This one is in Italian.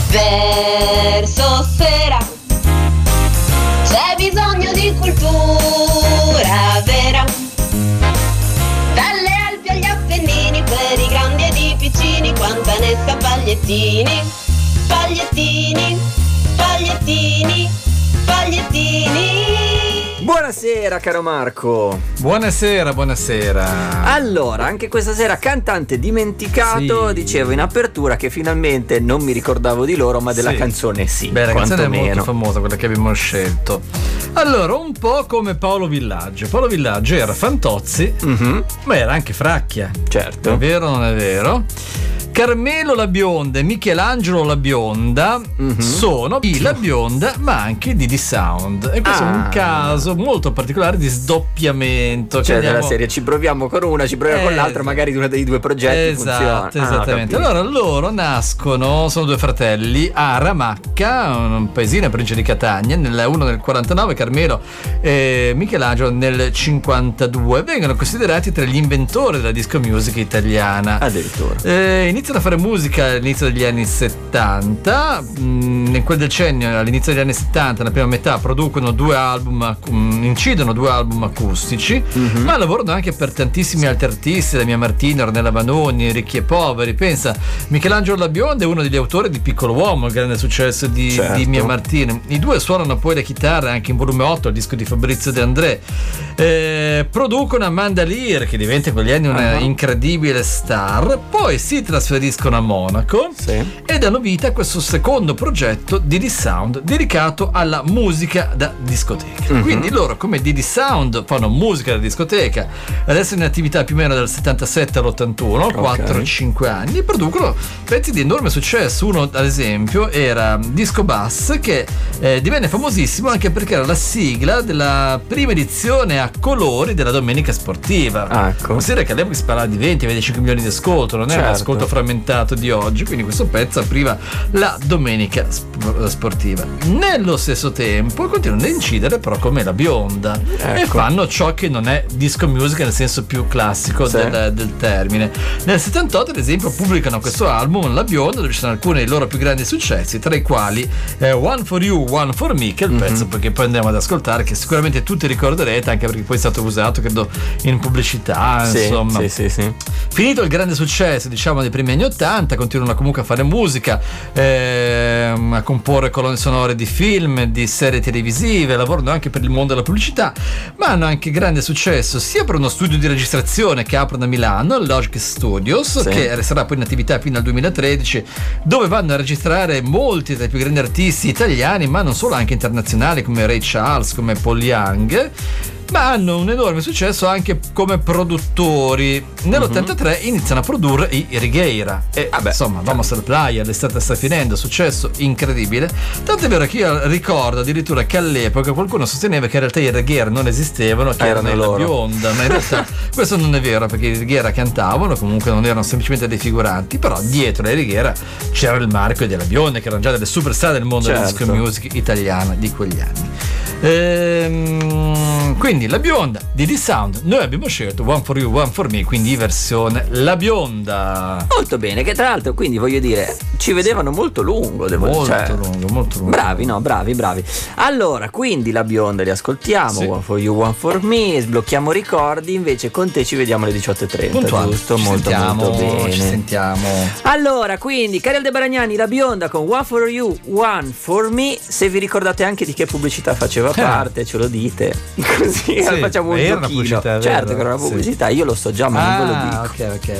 Verso sera c'è bisogno di cultura vera, dalle Alpi agli Appennini, per i grandi ed i piccini, quanta ne sa pagliettini, pagliettini, pagliettini, pagliettini. Buonasera caro Marco. Buonasera, buonasera. Allora, anche questa sera cantante dimenticato, Sì. dicevo in apertura che finalmente non mi ricordavo di loro, ma della Sì. canzone sì. Beh, la canzone è molto quantomeno. famosa, quella che abbiamo scelto. Allora, un po' come Paolo Villaggio. Paolo Villaggio era Fantozzi, Mhm, ma era anche Fracchia. certo. È vero o non è vero? Carmelo La Bionda e Michelangelo La Bionda sono i La Bionda, ma anche Didi Sound. E questo è un caso molto particolare di sdoppiamento. Cioè che della andiamo- serie ci proviamo con una, ci proviamo con l'altra, magari di uno dei due progetti funziona. Esatto, esattamente. Allora loro nascono, sono due fratelli a Ramacca, un paesino in provincia di Catania, uno nel 49, Carmelo e Michelangelo nel 52. Vengono considerati tra gli inventori della disco music italiana. Addirittura. Iniziano a fare musica all'inizio degli anni 70, in quel decennio, all'inizio degli anni 70, nella prima metà, producono due album, incidono due album acustici, ma lavorano anche per tantissimi altri artisti, la Mia Martina, Ornella Vanoni, Ricchi e Poveri. Pensa, Michelangelo La Bionda è uno degli autori di Piccolo Uomo, il grande successo di Certo. Mia Martina. I due suonano poi la chitarra anche in volume 8, il disco di Fabrizio De André. Producono Amanda Lear, che diventa in quegli anni una incredibile star, poi si trasferiscono a Monaco e danno vita a questo secondo progetto Didi Sound dedicato alla musica da discoteca. Quindi loro come Didi Sound fanno musica da discoteca, adesso in attività più o meno dal 77 all'81, 4-5 anni, e producono pezzi di enorme successo. Uno ad esempio era Disco Bass, che divenne famosissimo anche perché era la sigla della prima edizione a colori della Domenica Sportiva. Ecco. Considera che all'epoca si parlava di 20-25 milioni di ascolto, non era Certo. l'ascolto frammentato di oggi, quindi questo pezzo apriva la Domenica Sportiva. Nello stesso tempo continuano ad incidere però come La Bionda e fanno ciò che non è disco music nel senso più classico del termine. Nel 78 ad esempio pubblicano questo album La Bionda, dove ci sono alcuni dei loro più grandi successi, tra i quali One for You, One for Me, che è il pezzo che poi andiamo ad ascoltare, che sicuramente tutti ricorderete anche perché poi è stato usato credo in pubblicità, insomma. Sì. Finito il grande successo diciamo dei primi anni 80, continuano comunque a fare musica, a comporre colonne sonore di film, di serie televisive, lavorano anche per il mondo della pubblicità, ma hanno anche grande successo sia per uno studio di registrazione che aprono a Milano, il Logic Studios, che resterà poi in attività fino al 2013, dove vanno a registrare molti tra i più grandi artisti italiani, ma non solo, anche internazionali come Ray Charles, come Paul Young, ma hanno un enorme successo anche come produttori. Nell'83 iniziano a produrre i Righeira e insomma vamos al playa, l'estate sta finendo, successo incredibile, tanto è vero che io ricordo addirittura che all'epoca qualcuno sosteneva che in realtà i Righeira non esistevano, che erano La Bionda, ma in realtà questo non è vero, perché i Righeira cantavano, comunque non erano semplicemente dei figuranti, però dietro ai Righeira c'era il marchio della Bionda, che erano già delle superstar del mondo della disco music italiana di quegli anni. Quindi La Bionda, Didi Sound, noi abbiamo scelto One for You, One for Me, quindi versione La Bionda. Molto bene, che tra l'altro quindi voglio dire ci vedevano molto lungo, Molto lungo. Bravi, no, bravi. Allora, quindi La Bionda li ascoltiamo, One for You, One for Me, sblocchiamo ricordi, invece con te ci vediamo alle 18:30, Puntuale. giusto? Ci Molto bene. Ci sentiamo. Allora, quindi Cari Aldebagnani, La Bionda con One for You, One for Me. Se vi ricordate anche di che pubblicità faceva parte, ce lo dite, così facciamo un era una giochino. pubblicità, Certo vero? che era una pubblicità, io lo so già, ma non ve lo dico. Ok.